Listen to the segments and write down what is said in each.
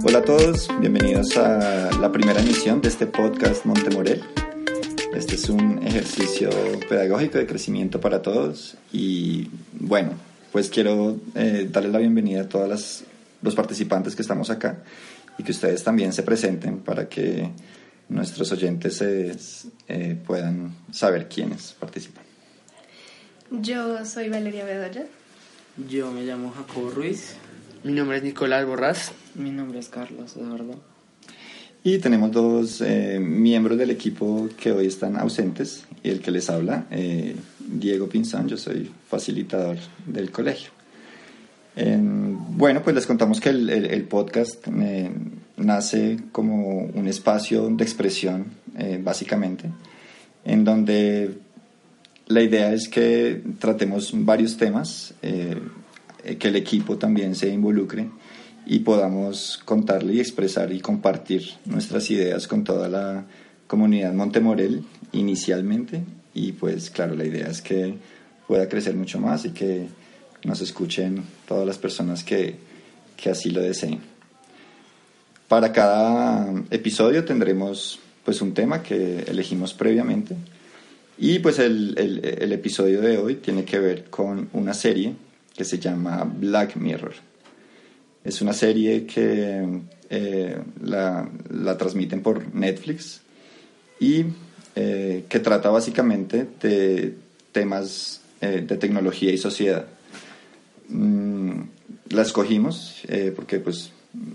Hola a todos, bienvenidos a la primera emisión de este podcast Montemorel. Este es un ejercicio pedagógico de crecimiento para todos y bueno, pues quiero darles la bienvenida a todos los participantes que estamos acá y que ustedes también se presenten para que nuestros oyentes puedan saber quiénes participan. Yo soy Valeria Bedoya. Yo me llamo Jacobo Ruiz. Mi nombre es Nicolás Borrás. Mi nombre es Carlos Eduardo. Y tenemos dos miembros del equipo que hoy están ausentes y el que les habla, Diego Pinzón. Yo soy facilitador del colegio. Bueno, pues les contamos que el podcast nace como un espacio de expresión, básicamente, en donde la idea es que tratemos varios temas, que el equipo también se involucre y podamos contarle y expresar y compartir nuestras ideas con toda la comunidad Montemorel inicialmente, y pues claro, la idea es que pueda crecer mucho más y que nos escuchen todas las personas que así lo deseen. Para cada episodio tendremos pues un tema que elegimos previamente, y pues el episodio de hoy tiene que ver con una serie que se llama Black Mirror. Es una serie que la transmiten por Netflix y que trata básicamente de temas de tecnología y sociedad. La escogimos porque pues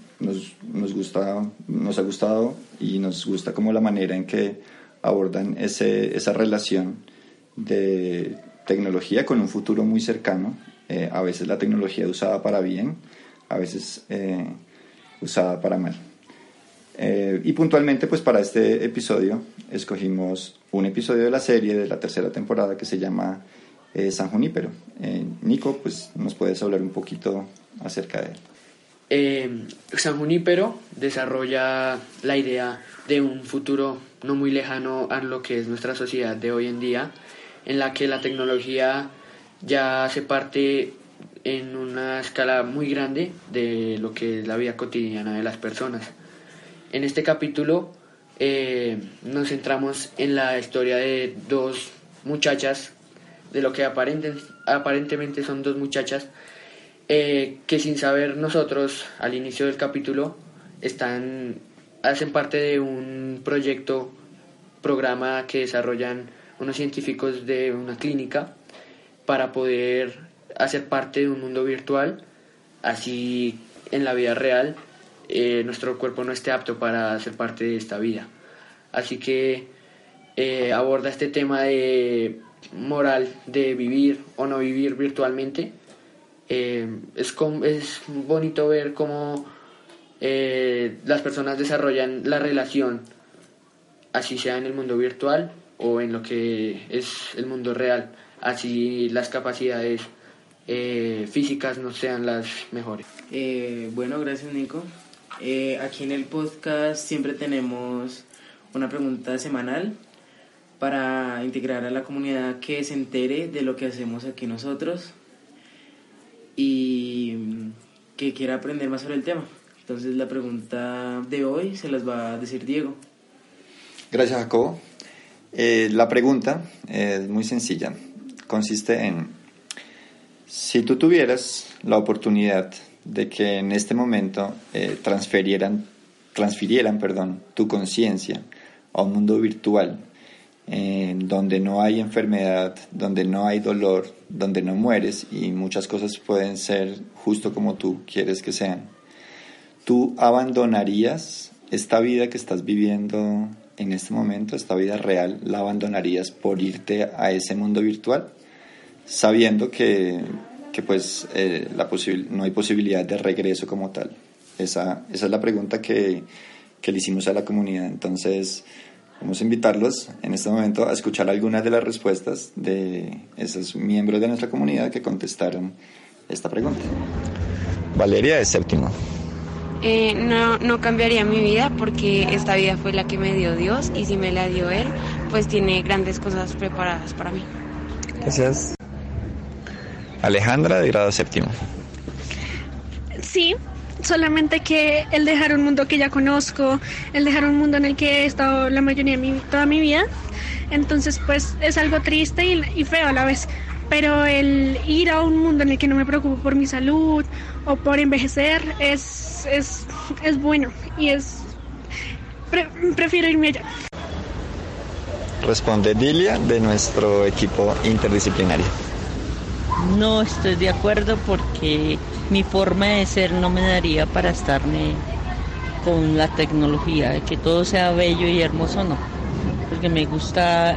nos ha gustado y nos gusta como la manera en que abordan esa relación de tecnología con un futuro muy cercano. A veces la tecnología usada para bien, a veces usada para mal. Y puntualmente pues para este episodio escogimos un episodio de la serie de la tercera temporada que se llama San Junípero. Nico, pues nos puedes hablar un poquito acerca de él. San Junípero desarrolla la idea de un futuro no muy lejano a lo que es nuestra sociedad de hoy en día, en la que la tecnología ya hace parte en una escala muy grande de lo que es la vida cotidiana de las personas. En este capítulo nos centramos en la historia de dos muchachas, de lo que aparentemente son dos muchachas, que sin saber nosotros al inicio del capítulo hacen parte de un programa que desarrollan unos científicos de una clínica para poder hacer parte de un mundo virtual, así en la vida real nuestro cuerpo no esté apto para ser parte de esta vida. Así que aborda este tema de moral de vivir o no vivir virtualmente. Es bonito ver cómo las personas desarrollan la relación, así sea en el mundo virtual o en lo que es el mundo real, así las capacidades físicas no sean las mejores. Bueno, gracias Nico. Aquí en el podcast siempre tenemos una pregunta semanal para integrar a la comunidad que se entere de lo que hacemos aquí nosotros y que quiera aprender más sobre el tema. Entonces la pregunta de hoy se las va a decir Diego. Gracias, Jacobo. La pregunta es muy sencilla. Consiste en: si tú tuvieras la oportunidad de que en este momento transfirieran tu conciencia a un mundo virtual, donde no hay enfermedad, donde no hay dolor, donde no mueres y muchas cosas pueden ser justo como tú quieres que sean, ¿tú abandonarías esta vida que estás viviendo en este momento, esta vida real, la abandonarías por irte a ese mundo virtual, sabiendo que pues no hay posibilidad de regreso como tal? Esa es la pregunta que le hicimos a la comunidad. Entonces vamos a invitarlos en este momento a escuchar algunas de las respuestas de esos miembros de nuestra comunidad que contestaron esta pregunta. Valeria de séptimo. No cambiaría mi vida porque esta vida fue la que me dio Dios, y si me la dio Él, pues tiene grandes cosas preparadas para mí. Gracias. Alejandra de grado séptimo. Sí, solamente que el dejar un mundo que ya conozco, el dejar un mundo en el que he estado la mayoría de toda mi vida, entonces pues es algo triste y feo a la vez, pero el ir a un mundo en el que no me preocupo por mi salud o por envejecer es bueno y prefiero irme allá. Responde Dilia, de nuestro equipo interdisciplinario. No estoy de acuerdo porque mi forma de ser no me daría para estarme con la tecnología, de que todo sea bello y hermoso, no. Porque me gusta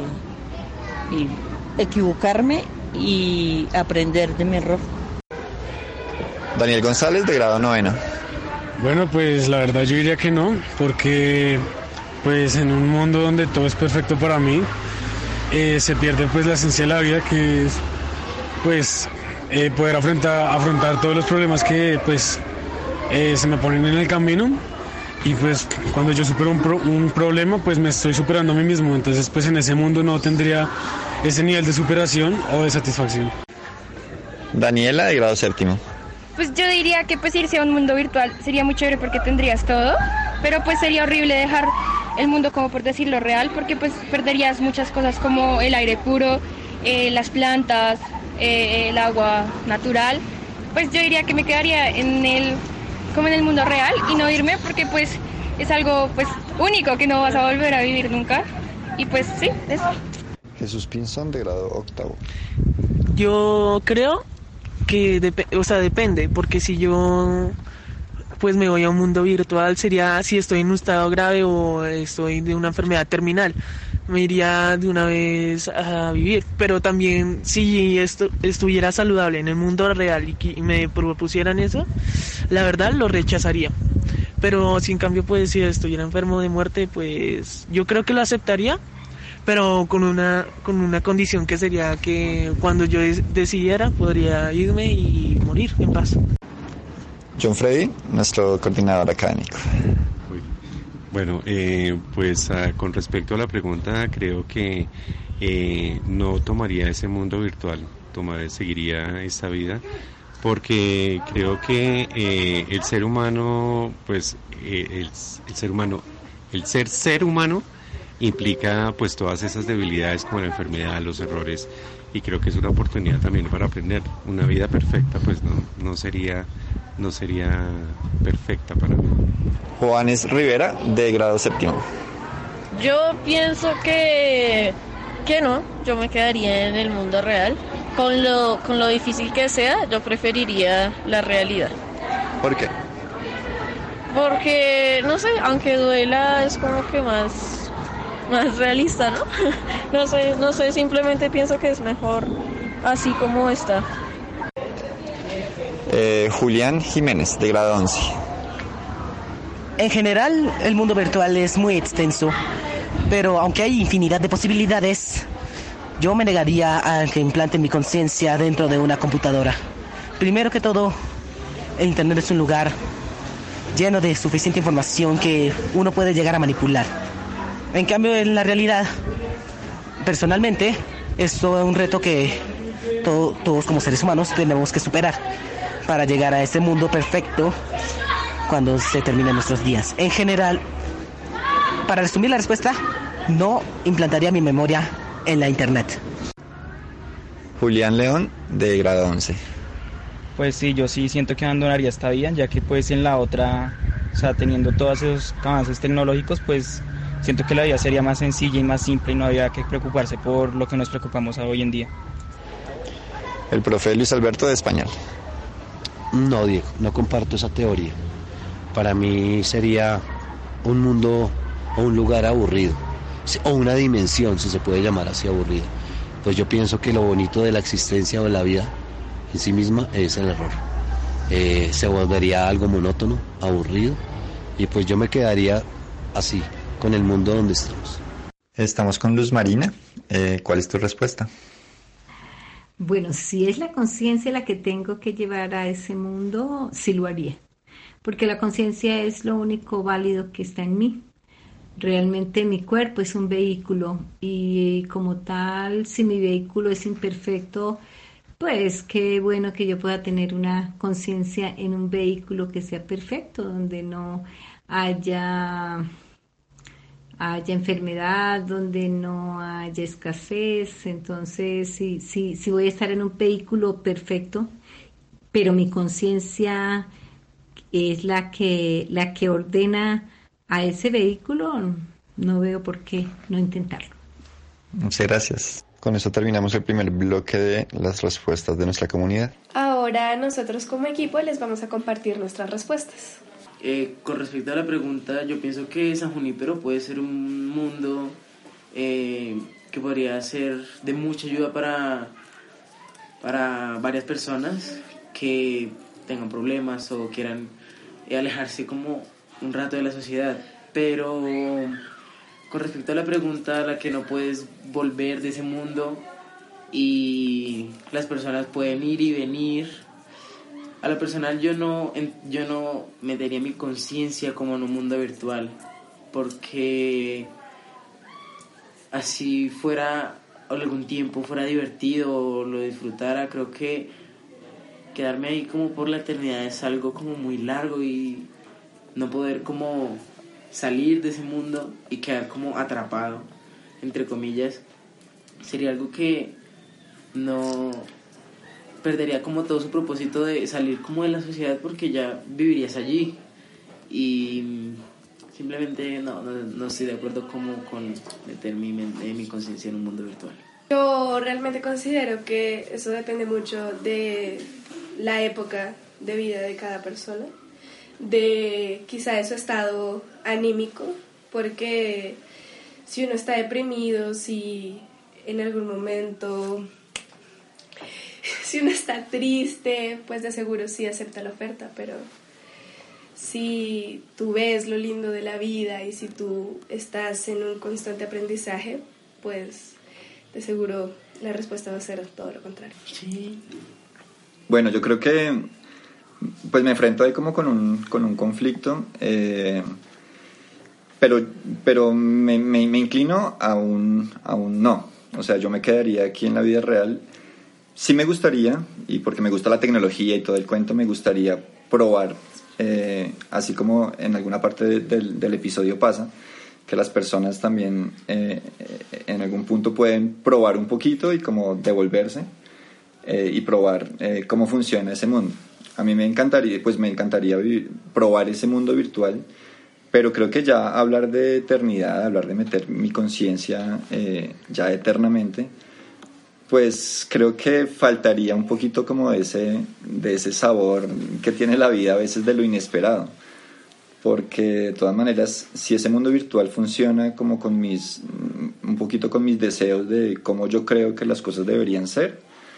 equivocarme y aprender de mi error. Daniel González, de grado 9. Bueno, pues la verdad yo diría que no, porque pues en un mundo donde todo es perfecto para mí, se pierde pues la esencia de la vida, que es pues poder afrontar todos los problemas que pues se me ponen en el camino, y pues cuando yo supero un problema pues me estoy superando a mí mismo, entonces pues en ese mundo no tendría ese nivel de superación o de satisfacción. Daniela, de grado 7. Pues yo diría que pues irse a un mundo virtual sería muy chévere porque tendrías todo, pero pues sería horrible dejar el mundo, como por decirlo, real, porque pues perderías muchas cosas como el aire puro, las plantas, el agua natural. Pues yo diría que me quedaría como en el mundo real y no irme, porque pues es algo pues único que no vas a volver a vivir nunca. Y pues sí, eso. Jesús Pinzón, de grado 8. Yo creo que depende, porque si yo pues me voy a un mundo virtual sería si estoy en un estado grave o estoy de una enfermedad terminal, me iría de una vez a vivir. Pero también si estuviera saludable en el mundo real y me propusieran eso, la verdad lo rechazaría. Pero si en cambio pues si estuviera enfermo de muerte, pues yo creo que lo aceptaría, pero con una condición, que sería que cuando yo decidiera podría irme y morir en paz. John Freddy, nuestro coordinador académico. Bueno, pues con respecto a la pregunta, creo que no tomaría ese mundo virtual, seguiría esta vida, porque creo que el ser humano, pues el ser humano implica pues todas esas debilidades como la enfermedad, los errores, y creo que es una oportunidad también para aprender. Una vida perfecta pues no sería perfecta para mí. Juanes Rivera, de grado 7. Yo pienso que no, yo me quedaría en el mundo real. Con lo difícil que sea, yo preferiría la realidad. ¿Por qué? Porque, no sé, aunque duela, es como que más realista, ¿no? No sé, simplemente pienso que es mejor así como está. Julián Jiménez, de grado 11. En general, el mundo virtual es muy extenso, pero aunque hay infinidad de posibilidades, yo me negaría a que implanten mi conciencia dentro de una computadora. Primero que todo, el Internet es un lugar lleno de suficiente información que uno puede llegar a manipular. En cambio, en la realidad, personalmente, esto es un reto que todos como seres humanos tenemos que superar para llegar a ese mundo perfecto cuando se terminen nuestros días. En general, para resumir la respuesta, no implantaría mi memoria en la Internet. Julián León, de grado 11. Pues sí, yo sí siento que abandonaría esta vida, ya que pues en la otra, o sea, teniendo todos esos avances tecnológicos, pues siento que la vida sería más sencilla y más simple y no había que preocuparse por lo que nos preocupamos hoy en día. El profe Luis Alberto, de español. No, Diego, no comparto esa teoría. Para mí sería un mundo o un lugar aburrido, o una dimensión, si se puede llamar así, aburrida. Pues yo pienso que lo bonito de la existencia o de la vida en sí misma es el error. Se volvería algo monótono, aburrido, y pues yo me quedaría así, con el mundo donde estamos. Estamos con Luz Marina. ¿Cuál es tu respuesta? Bueno, si es la conciencia la que tengo que llevar a ese mundo, sí lo haría, porque la conciencia es lo único válido que está en mí. Realmente mi cuerpo es un vehículo y como tal, si mi vehículo es imperfecto, Pues qué bueno que yo pueda tener una conciencia en un vehículo que sea perfecto, donde no haya enfermedad, donde no haya escasez. Entonces, si voy a estar en un vehículo perfecto, pero mi conciencia es la que ordena a ese vehículo, no veo por qué no intentarlo. Muchas gracias. Con eso terminamos el primer bloque de las respuestas de nuestra comunidad. Ahora nosotros como equipo les vamos a compartir nuestras respuestas. Con respecto a la pregunta, yo pienso que San Junípero puede ser un mundo que podría ser de mucha ayuda para varias personas que tengan problemas o quieran alejarse como un rato de la sociedad. Pero con respecto a la pregunta a la que no puedes volver de ese mundo y las personas pueden ir y venir, a lo personal yo no metería mi conciencia como en un mundo virtual, porque así fuera algún tiempo, fuera divertido o lo disfrutara, creo que quedarme ahí como por la eternidad es algo como muy largo y no poder como salir de ese mundo y quedar como atrapado, entre comillas, sería algo que no perdería como todo su propósito de salir como de la sociedad, porque ya vivirías allí y simplemente no estoy de acuerdo como con meter mi conciencia en un mundo virtual. Yo realmente considero que eso depende mucho de la época de vida de cada persona, de quizá de su estado anímico, porque si uno está deprimido, si en algún momento, si uno está triste, pues de seguro sí acepta la oferta, pero si tú ves lo lindo de la vida y si tú estás en un constante aprendizaje, pues de seguro la respuesta va a ser todo lo contrario. Sí. Bueno, yo creo que pues me enfrento ahí como con un conflicto, pero me inclino a un no. O sea, yo me quedaría aquí en la vida real. Sí me gustaría, y porque me gusta la tecnología y todo el cuento, me gustaría probar, así como en alguna parte del episodio pasa, que las personas también en algún punto pueden probar un poquito y como devolverse y probar cómo funciona ese mundo. A mí me encantaría probar ese mundo virtual, pero creo que ya hablar de eternidad, hablar de meter mi conciencia ya eternamente, pues creo que faltaría un poquito como de ese sabor que tiene la vida a veces de lo inesperado. Porque de todas maneras, si ese mundo virtual funciona como un poquito con mis deseos de cómo yo creo que las cosas deberían ser,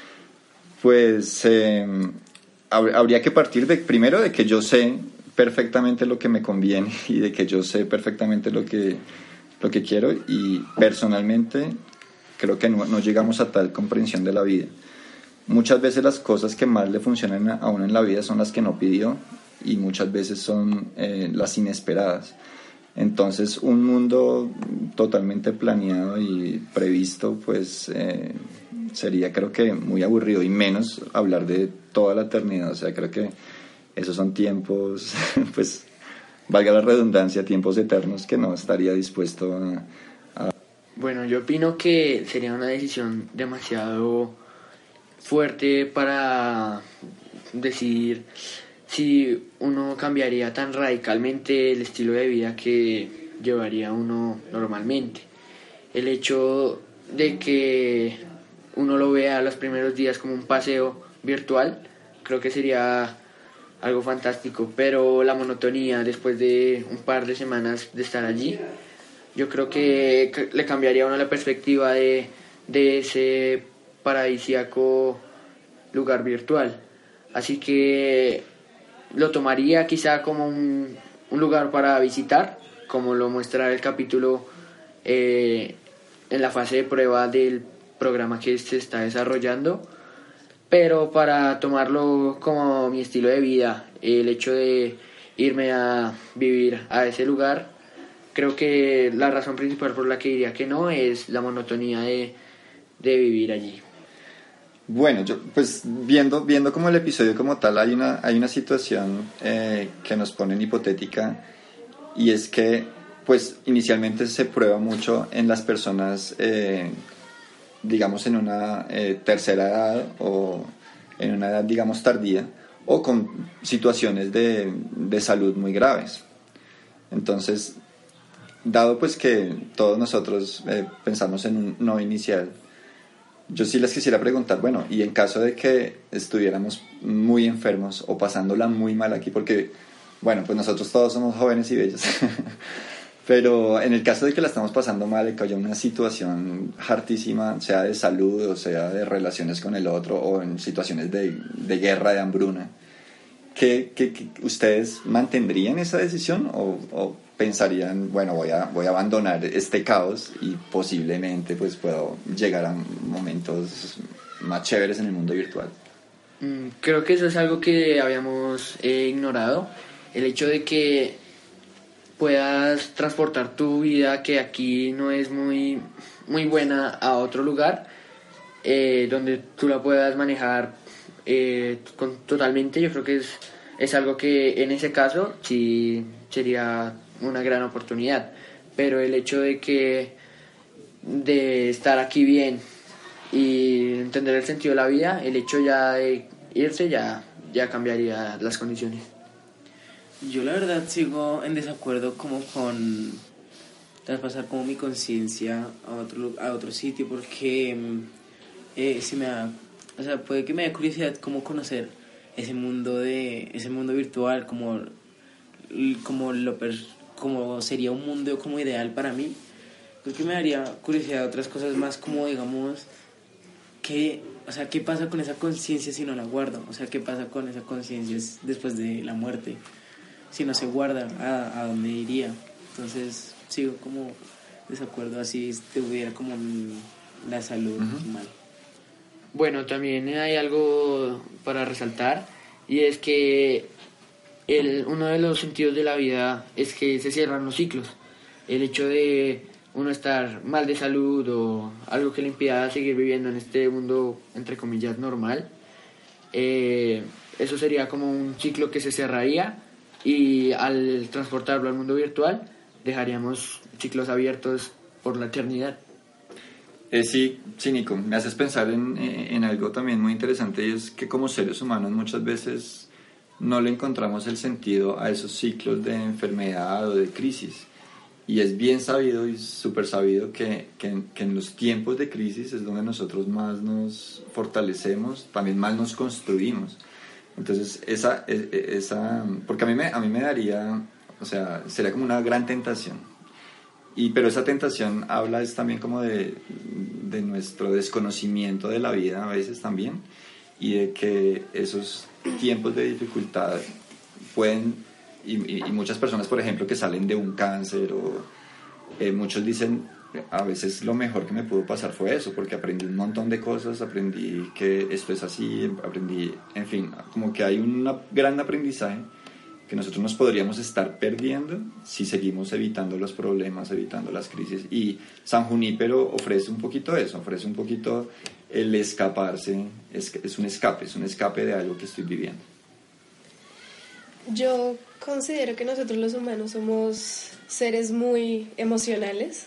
pues habría que partir primero de que yo sé perfectamente lo que me conviene y de que yo sé perfectamente lo que quiero, y personalmente creo que no llegamos a tal comprensión de la vida. Muchas veces las cosas que más le funcionan a uno en la vida son las que no pidió, y muchas veces son las inesperadas. Entonces un mundo totalmente planeado y previsto pues sería, creo que, muy aburrido, y menos hablar de toda la eternidad. O sea, creo que esos son tiempos pues valga la redundancia, tiempos eternos que no estaría dispuesto a... Bueno, yo opino que sería una decisión demasiado fuerte para decidir si uno cambiaría tan radicalmente el estilo de vida que llevaría uno normalmente. El hecho de que uno lo vea los primeros días como un paseo virtual, creo que sería algo fantástico, pero la monotonía después de un par de semanas de estar allí, yo creo que le cambiaría a uno la perspectiva de ese paradisíaco lugar virtual. Así que lo tomaría quizá como un lugar para visitar, como lo muestra el capítulo en la fase de prueba del programa que se está desarrollando, pero para tomarlo como mi estilo de vida, el hecho de irme a vivir a ese lugar, creo que la razón principal por la que diría que no es la monotonía de vivir allí. Bueno, yo pues viendo como el episodio como tal, hay una situación que nos ponen hipotética, y es que pues inicialmente se prueba mucho en las personas, digamos en una tercera edad o en una edad digamos tardía, o con situaciones de salud muy graves. Entonces, dado pues que todos nosotros pensamos en un no inicial, yo sí les quisiera preguntar, bueno, y en caso de que estuviéramos muy enfermos o pasándola muy mal aquí, porque, bueno, pues nosotros todos somos jóvenes y bellos, pero en el caso de que la estamos pasando mal, de que haya una situación hartísima, sea de salud o sea de relaciones con el otro, o en situaciones de guerra, de hambruna, ¿qué ustedes mantendrían esa decisión o pensarían, bueno, voy a abandonar este caos y posiblemente pues puedo llegar a momentos más chéveres en el mundo virtual? Creo que eso es algo que habíamos ignorado, el hecho de que puedas transportar tu vida, que aquí no es muy buena, a otro lugar donde tú la puedas manejar totalmente. Yo creo que es algo que en ese caso sí sería una gran oportunidad, pero el hecho de estar aquí bien y entender el sentido de la vida, el hecho ya de irse ya cambiaría las condiciones. Yo la verdad sigo en desacuerdo como con traspasar como mi conciencia a otro sitio, porque si me da, o sea, puede que me dé curiosidad como conocer ese mundo virtual, como sería un mundo como ideal para mí. Creo que me daría curiosidad otras cosas más, como digamos qué pasa con esa conciencia si no la guardo, o sea, qué pasa con esa conciencia después de la muerte, si no se guarda, a dónde iría. Entonces sigo como desacuerdo, así estuviera como la salud mal. Bueno, también hay algo para resaltar, y es que uno de los sentidos de la vida es que se cierran los ciclos. El hecho de uno estar mal de salud o algo que le impida seguir viviendo en este mundo, entre comillas, normal, eso sería como un ciclo que se cerraría, y al transportarlo al mundo virtual dejaríamos ciclos abiertos por la eternidad. Sí, Nico, me haces pensar en algo también muy interesante, y es que como seres humanos muchas veces no le encontramos el sentido a esos ciclos de enfermedad o de crisis, y es bien sabido y súper sabido que en los tiempos de crisis es donde nosotros más nos fortalecemos, también más nos construimos. Entonces esa porque a mí me daría, o sea, sería como una gran tentación, pero esa tentación habla es también como de nuestro desconocimiento de la vida a veces también, y de que esos tiempos de dificultad pueden, y muchas personas por ejemplo que salen de un cáncer o muchos dicen, a veces lo mejor que me pudo pasar fue eso, porque aprendí un montón de cosas, aprendí que esto es así, aprendí, en fin, como que hay un gran aprendizaje que nosotros nos podríamos estar perdiendo si seguimos evitando los problemas, evitando las crisis. Y San Junípero ofrece un poquito eso, ofrece un poquito el escaparse, es un escape de algo que estoy viviendo. Yo considero que nosotros los humanos somos seres muy emocionales,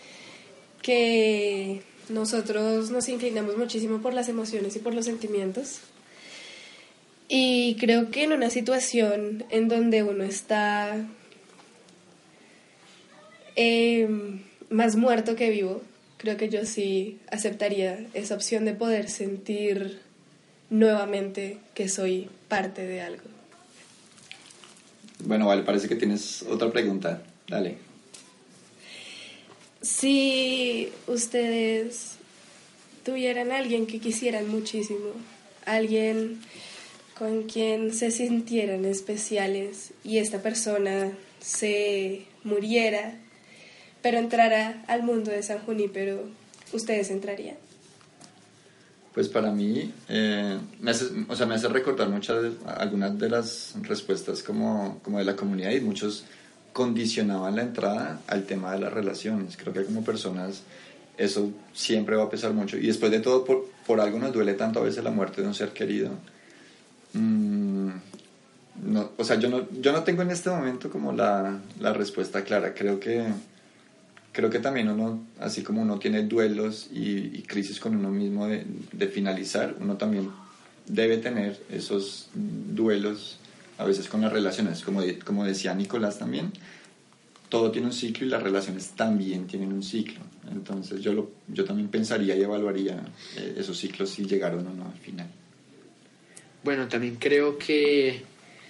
que nosotros nos inclinamos muchísimo por las emociones y por los sentimientos. Y creo que en una situación en donde uno está más muerto que vivo, creo que yo sí aceptaría esa opción de poder sentir nuevamente que soy parte de algo. Bueno, vale, parece que tienes otra pregunta. Dale. Si ustedes tuvieran a alguien que quisieran muchísimo, alguien con quien se sintieran especiales, y esta persona se muriera, pero entrara al mundo de San Junípero, ¿ustedes entrarían? Pues para mí me hace recordar algunas de las respuestas como de la comunidad, y muchos condicionaban la entrada al tema de las relaciones. Creo que como personas eso siempre va a pesar mucho. Y después de todo, por algo nos duele tanto a veces la muerte de un ser querido. No, o sea, yo no tengo en este momento como la respuesta clara. Creo que también uno, así como uno tiene duelos y crisis con uno mismo de finalizar, uno también debe tener esos duelos a veces con las relaciones. Como decía Nicolás también, todo tiene un ciclo y las relaciones también tienen un ciclo. Entonces yo también pensaría y evaluaría esos ciclos si llegaron o no al final. Bueno, también creo que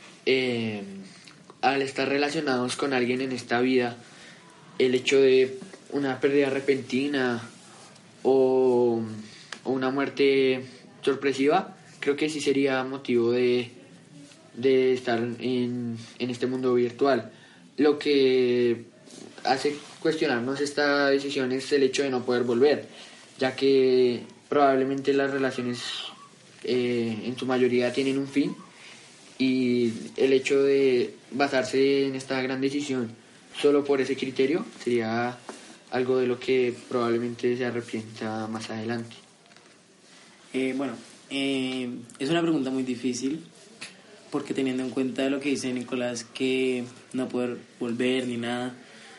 al estar relacionados con alguien en esta vida, el hecho de una pérdida repentina o una muerte sorpresiva, creo que sí sería motivo de estar en este mundo virtual. Lo que hace cuestionarnos esta decisión es el hecho de no poder volver, ya que probablemente las relaciones en su mayoría tienen un fin, y el hecho de basarse en esta gran decisión solo por ese criterio sería algo de lo que probablemente se arrepienta más adelante. Es una pregunta muy difícil, porque teniendo en cuenta lo que dice Nicolás, que no poder volver ni nada,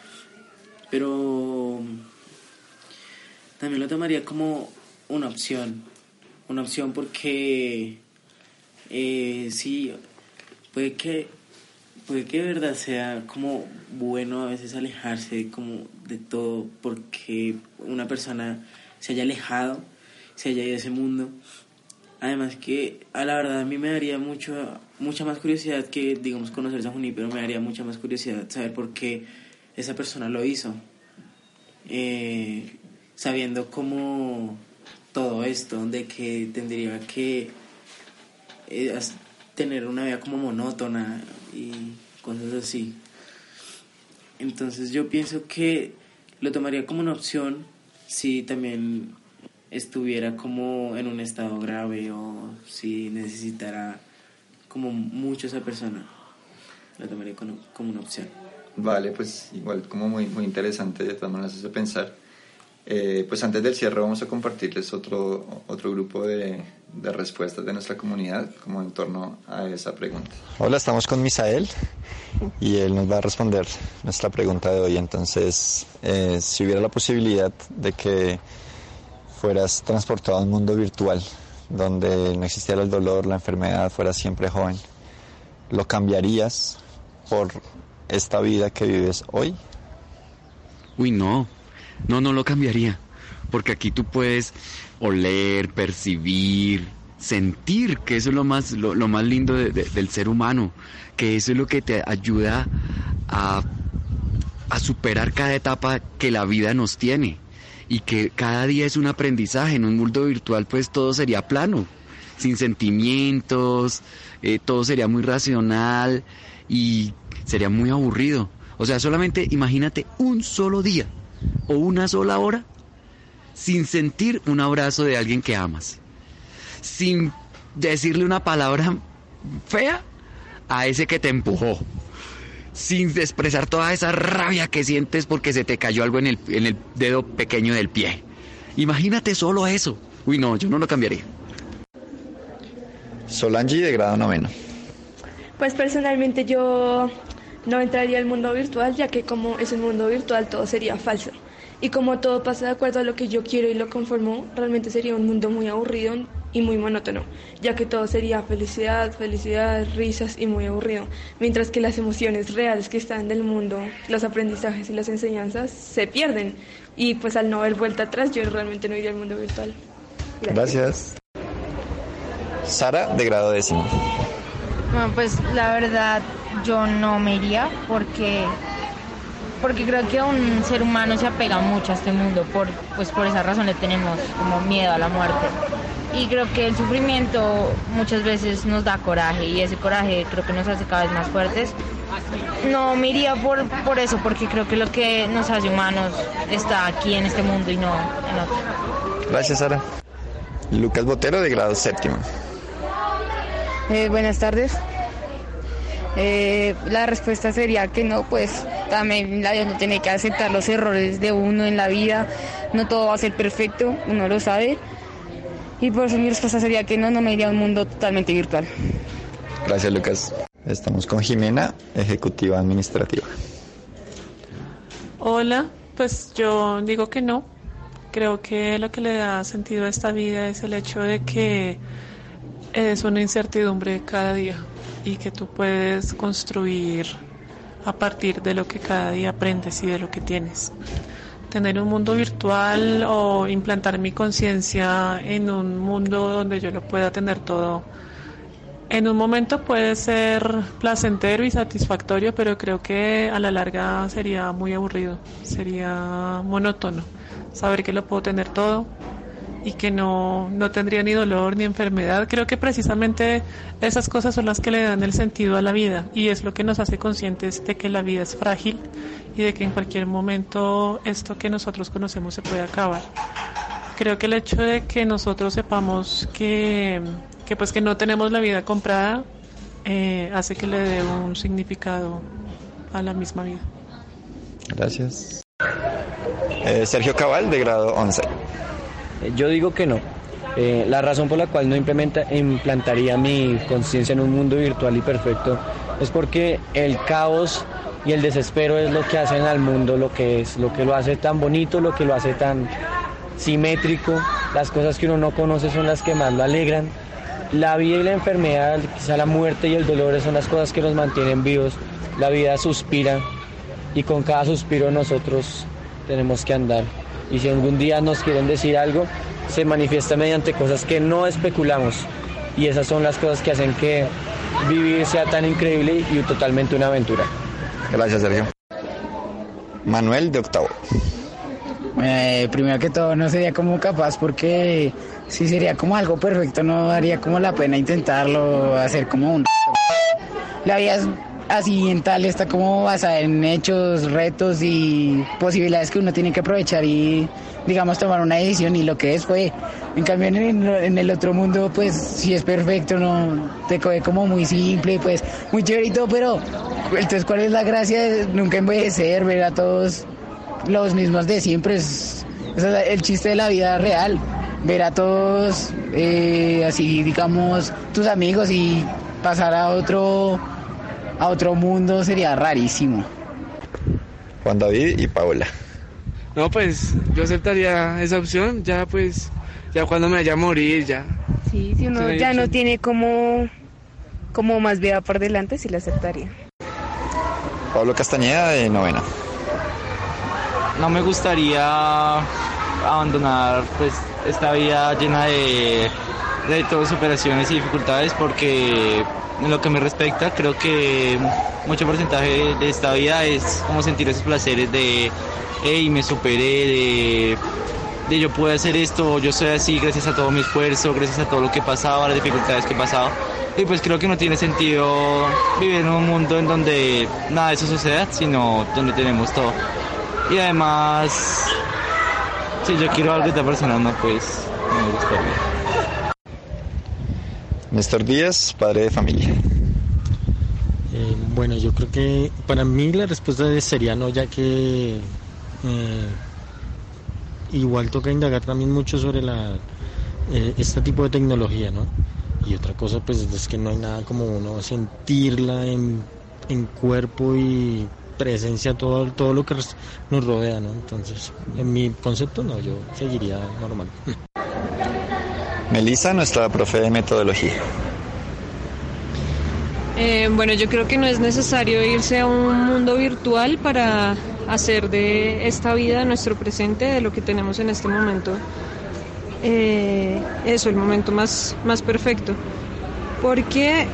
pero también lo tomaría como una opción porque sí, puede que de verdad sea como bueno a veces alejarse como de todo, porque una persona se haya alejado, se haya ido a ese mundo. Además que a la verdad a mí me daría mucha más curiosidad que, digamos, conocer a Junípero, me daría mucha más curiosidad saber por qué esa persona lo hizo, sabiendo como todo esto de que tendría que tener una vida como monótona y cosas así. Entonces yo pienso que lo tomaría como una opción si también estuviera como en un estado grave o si necesitara como mucho esa persona. Lo tomaría como una opción. Vale, pues igual como muy, muy interesante, de todas maneras hace pensar. Pues antes del cierre vamos a compartirles otro grupo de respuestas de nuestra comunidad como en torno a esa pregunta. Hola, estamos con Misael y él nos va a responder nuestra pregunta de hoy. Entonces, si hubiera la posibilidad de que fueras transportado a un mundo virtual donde no existiera el dolor, la enfermedad, fueras siempre joven, ¿lo cambiarías por esta vida que vives hoy? Uy, no lo cambiaría, porque aquí tú puedes oler, percibir, sentir, que eso es lo más lindo del ser humano, que eso es lo que te ayuda a superar cada etapa que la vida nos tiene, y que cada día es un aprendizaje. En un mundo virtual pues todo sería plano, sin sentimientos, todo sería muy racional y sería muy aburrido. O sea, solamente imagínate un solo día o una sola hora sin sentir un abrazo de alguien que amas, sin decirle una palabra fea a ese que te empujó, sin expresar toda esa rabia que sientes porque se te cayó algo en el dedo pequeño del pie. Imagínate solo eso. Uy, no, yo no lo cambiaría. Solange, de grado 9. Pues personalmente yo no entraría al mundo virtual, ya que como es un mundo virtual todo sería falso. Y como todo pasa de acuerdo a lo que yo quiero y lo conformo, realmente sería un mundo muy aburrido y muy monótono, ya que todo sería felicidad, risas y muy aburrido, mientras que las emociones reales que están del mundo, los aprendizajes y las enseñanzas se pierden. Y pues al no haber vuelta atrás, yo realmente no iría al mundo virtual. Gracias. Sara, de grado 10. Bueno, pues la verdad yo no me iría porque creo que un ser humano se apega mucho a este mundo, por esa razón le tenemos como miedo a la muerte. Y creo que el sufrimiento muchas veces nos da coraje, y ese coraje creo que nos hace cada vez más fuertes. No me iría por eso, porque creo que lo que nos hace humanos está aquí en este mundo y no en otro. Gracias, Sara. Lucas Botero, de grado 7. Buenas tardes. La respuesta sería que no, pues también la vida no tiene que aceptar los errores de uno en la vida, no todo va a ser perfecto, uno lo sabe, y por eso mi respuesta sería que no me iría a un mundo totalmente virtual. Gracias, Lucas. Estamos con Jimena, ejecutiva administrativa. Hola, pues yo digo que no. Creo que lo que le da sentido a esta vida es el hecho de que es una incertidumbre cada día y que tú puedes construir a partir de lo que cada día aprendes y de lo que tienes. Tener un mundo virtual o implantar mi conciencia en un mundo donde yo lo pueda tener todo, en un momento puede ser placentero y satisfactorio, pero creo que a la larga sería muy aburrido, sería monótono saber que lo puedo tener todo y que no tendría ni dolor ni enfermedad. Creo que precisamente esas cosas son las que le dan el sentido a la vida y es lo que nos hace conscientes de que la vida es frágil y de que en cualquier momento esto que nosotros conocemos se puede acabar. Creo que el hecho de que nosotros sepamos que no tenemos la vida comprada hace que le dé un significado a la misma vida. Gracias. Sergio Cabal, de grado 11. Yo digo que no. La razón por la cual no implantaría mi conciencia en un mundo virtual y perfecto es porque el caos y el desespero es lo que hacen al mundo lo que es, lo que lo hace tan bonito, lo que lo hace tan simétrico. Las cosas que uno no conoce son las que más lo alegran. La vida y la enfermedad, quizá la muerte y el dolor son las cosas que nos mantienen vivos. La vida suspira y con cada suspiro nosotros tenemos que andar. Y si algún día nos quieren decir algo, se manifiesta mediante cosas que no especulamos. Y esas son las cosas que hacen que vivir sea tan increíble y totalmente una aventura. Gracias, Sergio. Manuel, de octavo. Primero que todo no sería como capaz, porque si sería como algo perfecto no daría como la pena intentarlo, hacer como un... La vida es así en tal, está como basada en hechos, retos y posibilidades que uno tiene que aprovechar y, digamos, tomar una decisión, y lo que es fue. En cambio en el otro mundo, pues si es perfecto, no te coge como muy simple, pues muy chévere y todo, pero entonces ¿cuál es la gracia de nunca envejecer, ver a todos los mismos de siempre? Es el chiste de la vida real, ver a todos así, digamos, tus amigos, y pasar a otro mundo sería rarísimo. Juan David y Paola. No, pues yo aceptaría esa opción, ya cuando me vaya a morir, ya. Sí, si uno ya no tiene como más vida por delante, sí la aceptaría. Pablo Castañeda, de novena. No me gustaría abandonar pues esta vida llena de retos, superaciones y dificultades, porque en lo que me respecta creo que mucho porcentaje de esta vida es como sentir esos placeres de hey, me superé, de yo puedo hacer esto, yo soy así gracias a todo mi esfuerzo, gracias a todo lo que he pasado, a las dificultades que he pasado. Y pues creo que no tiene sentido vivir en un mundo en donde nada de eso suceda, sino donde tenemos todo. Y además, si yo quiero algo de otra persona, no, pues no me gustaría. Néstor Díaz, padre de familia. Bueno, yo creo que para mí la respuesta sería no, ya que igual toca indagar también mucho sobre este tipo de tecnología, ¿no? Y otra cosa pues es que no hay nada como uno sentirla en cuerpo y presencia, todo lo que nos rodea, ¿no? Entonces, en mi concepto no, yo seguiría normal. Melissa, nuestra profe de metodología. Bueno, yo creo que no es necesario irse a un mundo virtual para hacer de esta vida nuestro presente, de lo que tenemos en este momento, el momento más perfecto, porque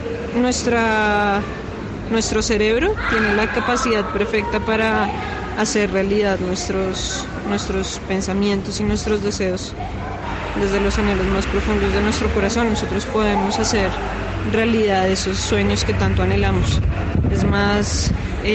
nuestro cerebro tiene la capacidad perfecta para hacer realidad nuestros pensamientos y nuestros deseos. Desde los anhelos más profundos de nuestro corazón nosotros podemos hacer realidad esos sueños que tanto anhelamos. Es más,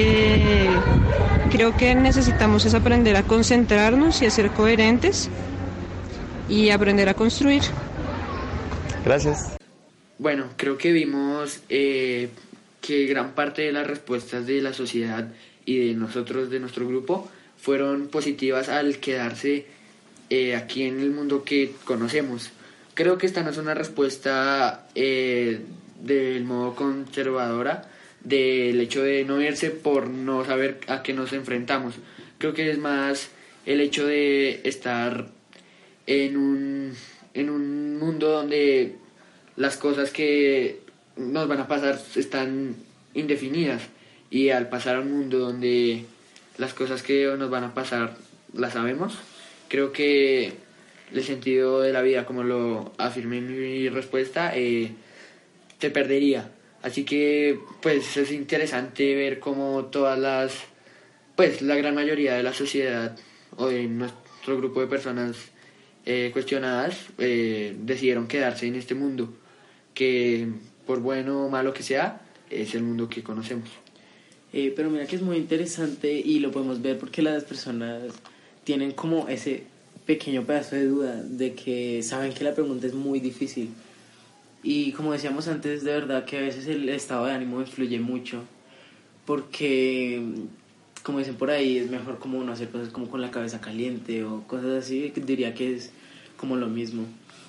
creo que necesitamos es aprender a concentrarnos y a ser coherentes y aprender a construir. Gracias. Bueno, creo que vimos que gran parte de las respuestas de la sociedad y de nosotros, de nuestro grupo, fueron positivas al quedarse aquí en el mundo que conocemos. Creo que esta no es una respuesta del modo conservadora, del hecho de no irse por no saber a qué nos enfrentamos. Creo que es más el hecho de estar en un mundo donde las cosas que nos van a pasar están indefinidas, y al pasar a un mundo donde las cosas que nos van a pasar las sabemos, creo que el sentido de la vida, como lo afirmé en mi respuesta, se perdería. Así que pues es interesante ver cómo la gran mayoría de la sociedad o de nuestro grupo de personas cuestionadas decidieron quedarse en este mundo, que por bueno o malo que sea, es el mundo que conocemos. Pero mira que es muy interesante y lo podemos ver porque las personas tienen como ese pequeño pedazo de duda de que saben que la pregunta es muy difícil. Y como decíamos antes, de verdad que a veces el estado de ánimo influye mucho, porque como dicen por ahí, es mejor como no hacer cosas como con la cabeza caliente o cosas así, diría que es como lo mismo.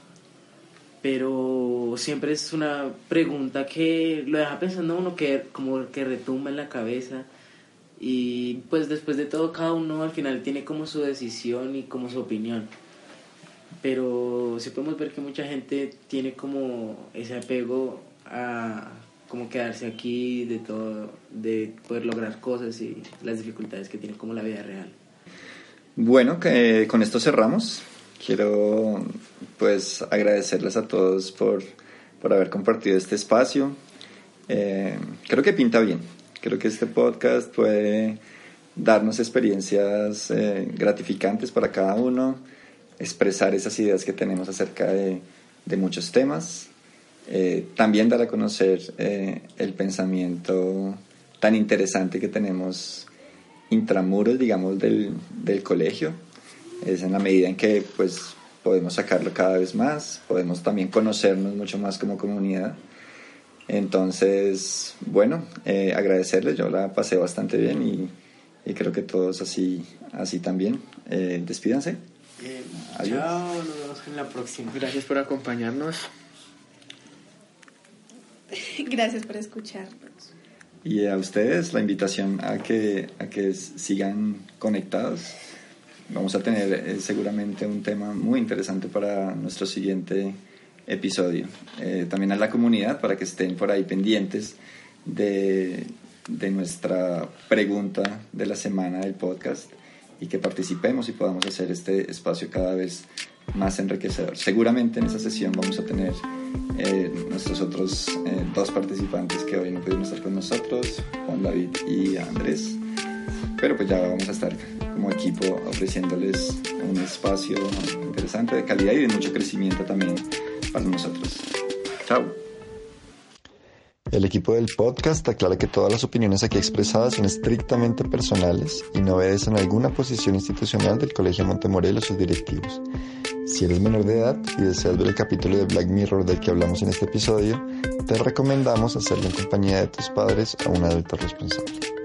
Pero siempre es una pregunta que lo deja pensando uno, que como que retumba en la cabeza, y pues después de todo cada uno al final tiene como su decisión y como su opinión. Pero sí podemos ver que mucha gente tiene como ese apego a como quedarse aquí, de todo, de poder lograr cosas y las dificultades que tiene como la vida real. Bueno, que con esto cerramos. Quiero pues agradecerles a todos por haber compartido este espacio. Creo que pinta bien. Creo que este podcast puede darnos experiencias gratificantes para cada uno, expresar esas ideas que tenemos acerca de muchos temas, también dar a conocer el pensamiento tan interesante que tenemos intramuros, digamos, del colegio. Es en la medida en que pues podemos sacarlo cada vez más, podemos también conocernos mucho más como comunidad. Entonces, bueno, agradecerles. Yo la pasé bastante bien y creo que todos así también. Despídanse. Adiós. Chao, nos vemos en la próxima. Gracias por acompañarnos. Gracias por escucharnos. Y a ustedes la invitación a que sigan conectados. Vamos a tener seguramente un tema muy interesante para nuestro siguiente episodio. También a la comunidad, para que estén por ahí pendientes de nuestra pregunta de la semana del podcast, y que participemos y podamos hacer este espacio cada vez más enriquecedor. Seguramente en esa sesión vamos a tener nuestros otros dos participantes que hoy no pudieron estar con nosotros, Juan David y Andrés, pero pues ya vamos a estar como equipo ofreciéndoles un espacio interesante, de calidad y de mucho crecimiento también para nosotros. Chao. El equipo del podcast aclara que todas las opiniones aquí expresadas son estrictamente personales y no obedecen a alguna posición institucional del Colegio Montemorelos o sus directivos. Si eres menor de edad y deseas ver el capítulo de Black Mirror del que hablamos en este episodio, te recomendamos hacerlo en compañía de tus padres o un adulto responsable.